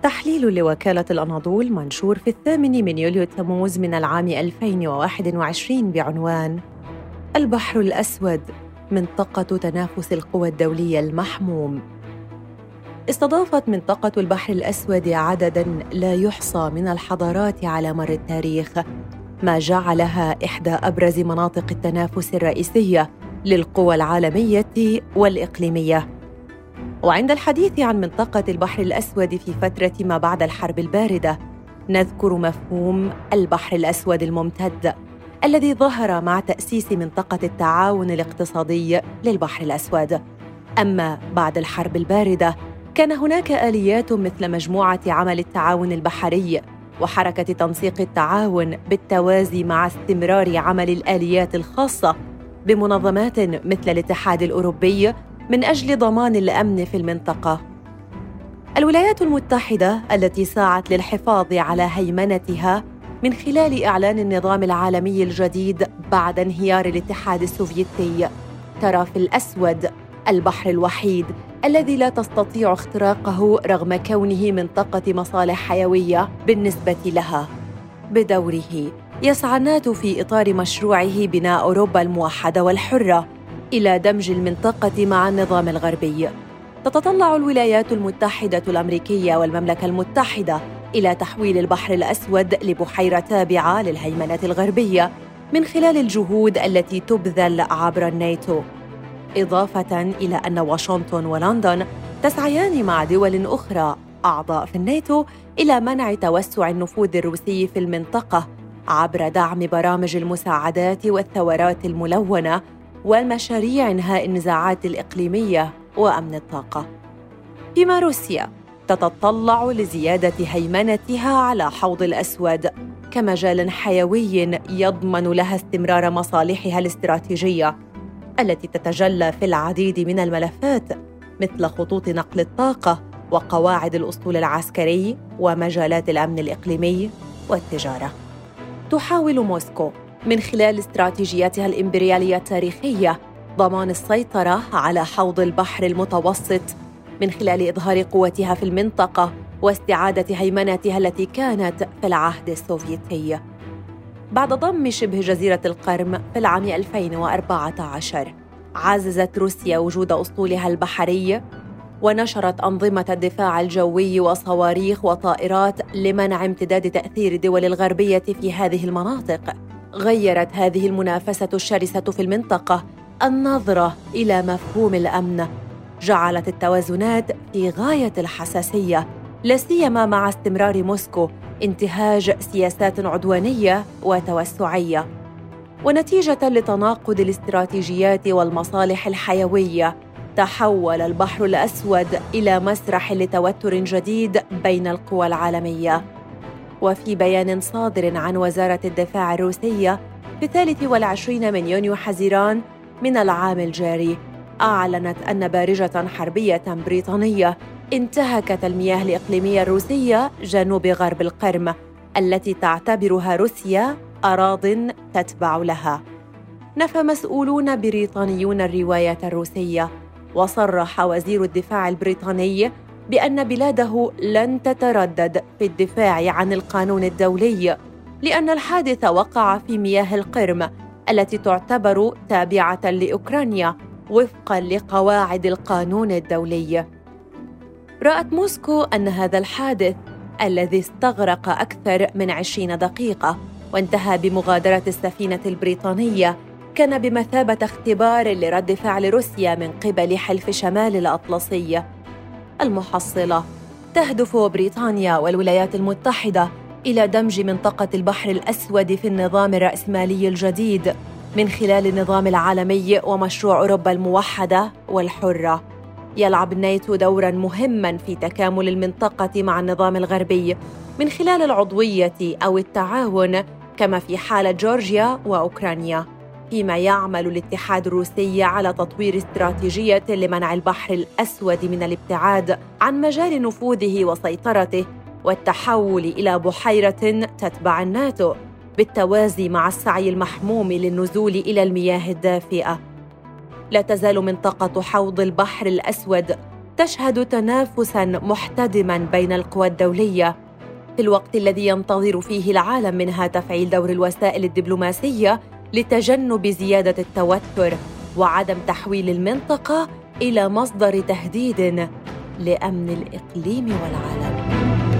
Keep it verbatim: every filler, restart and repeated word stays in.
تحليل لوكالة الأناضول منشور في الثامن من يوليو تموز من العام ألفين وواحد وعشرين بعنوان البحر الأسود منطقة تنافس القوى الدولية المحموم. استضافت منطقة البحر الأسود عدداً لا يحصى من الحضارات على مر التاريخ، ما جعلها إحدى أبرز مناطق التنافس الرئيسية للقوى العالمية والإقليمية. وعند الحديث عن منطقة البحر الأسود في فترة ما بعد الحرب الباردة، نذكر مفهوم البحر الأسود الممتد الذي ظهر مع تأسيس منطقة التعاون الاقتصادي للبحر الأسود. أما بعد الحرب الباردة كان هناك آليات مثل مجموعة عمل التعاون البحري وحركة تنسيق التعاون بالتوازي مع استمرار عمل الآليات الخاصة بمنظمات مثل الاتحاد الأوروبي من أجل ضمان الأمن في المنطقة. الولايات المتحدة التي سعت للحفاظ على هيمنتها من خلال إعلان النظام العالمي الجديد بعد انهيار الاتحاد السوفيتي ترى في الأسود البحر الوحيد الذي لا تستطيع اختراقه رغم كونه منطقة مصالح حيوية بالنسبة لها. بدوره يسعى الناتو في إطار مشروعه بناء أوروبا الموحدة والحرة إلى دمج المنطقة مع النظام الغربي. تتطلع الولايات المتحدة الأمريكية والمملكة المتحدة إلى تحويل البحر الأسود لبحيرة تابعة للهيمنة الغربية من خلال الجهود التي تبذل عبر الناتو، إضافة إلى أن واشنطن ولندن تسعيان مع دول أخرى أعضاء في الناتو إلى منع توسع النفوذ الروسي في المنطقة عبر دعم برامج المساعدات والثورات الملونة والمشاريع إنهاء النزاعات الإقليمية وأمن الطاقة. فيما روسيا تتطلع لزيادة هيمنتها على حوض الأسود كمجال حيوي يضمن لها استمرار مصالحها الاستراتيجية التي تتجلى في العديد من الملفات مثل خطوط نقل الطاقة وقواعد الأسطول العسكري ومجالات الأمن الإقليمي والتجارة. تحاول موسكو من خلال استراتيجياتها الإمبريالية التاريخية ضمان السيطرة على حوض البحر المتوسط من خلال إظهار قوتها في المنطقة واستعادة هيمنتها التي كانت في العهد السوفيتي. بعد ضم شبه جزيرة القرم في العام ألفين وأربعة عشر، عززت روسيا وجود أسطولها البحري ونشرت أنظمة الدفاع الجوي وصواريخ وطائرات لمنع امتداد تأثير الدول الغربية في هذه المناطق. غيرت هذه المنافسة الشرسة في المنطقة النظرة إلى مفهوم الأمن، جعلت التوازنات في غاية الحساسية، لا سيما مع استمرار موسكو انتهاج سياسات عدوانية وتوسعية. ونتيجة لتناقض الاستراتيجيات والمصالح الحيوية، تحول البحر الأسود إلى مسرح لتوتر جديد بين القوى العالمية. وفي بيان صادر عن وزارة الدفاع الروسية في الثالث والعشرين من يونيو حزيران من العام الجاري، أعلنت أن بارجة حربية بريطانية انتهكت المياه الإقليمية الروسية جنوب غرب القرم التي تعتبرها روسيا أراضٍ تتبع لها. نفى مسؤولون بريطانيون الرواية الروسية، وصرح وزير الدفاع البريطاني بأن بلاده لن تتردد في الدفاع عن القانون الدولي، لأن الحادث وقع في مياه القرم التي تعتبر تابعة لأوكرانيا وفقاً لقواعد القانون الدولي. رأت موسكو أن هذا الحادث الذي استغرق أكثر من عشرين دقيقة وانتهى بمغادرة السفينة البريطانية كان بمثابة اختبار لرد فعل روسيا من قبل حلف شمال الأطلسي. المحصلة: تهدف بريطانيا والولايات المتحدة إلى دمج منطقة البحر الأسود في النظام الرأسمالي الجديد من خلال النظام العالمي ومشروع أوروبا الموحدة والحرة. يلعب الناتو دوراً مهماً في تكامل المنطقة مع النظام الغربي من خلال العضوية أو التعاون، كما في حالة جورجيا وأوكرانيا، فيما يعمل الاتحاد الروسي على تطوير استراتيجية لمنع البحر الأسود من الابتعاد عن مجال نفوذه وسيطرته والتحول إلى بحيرة تتبع الناتو، بالتوازي مع السعي المحموم للنزول إلى المياه الدافئة. لا تزال منطقة حوض البحر الأسود تشهد تنافساً محتدماً بين القوى الدولية، في الوقت الذي ينتظر فيه العالم منها تفعيل دور الوسائل الدبلوماسية لتجنب زيادة التوتر وعدم تحويل المنطقة إلى مصدر تهديد لأمن الإقليم والعالم.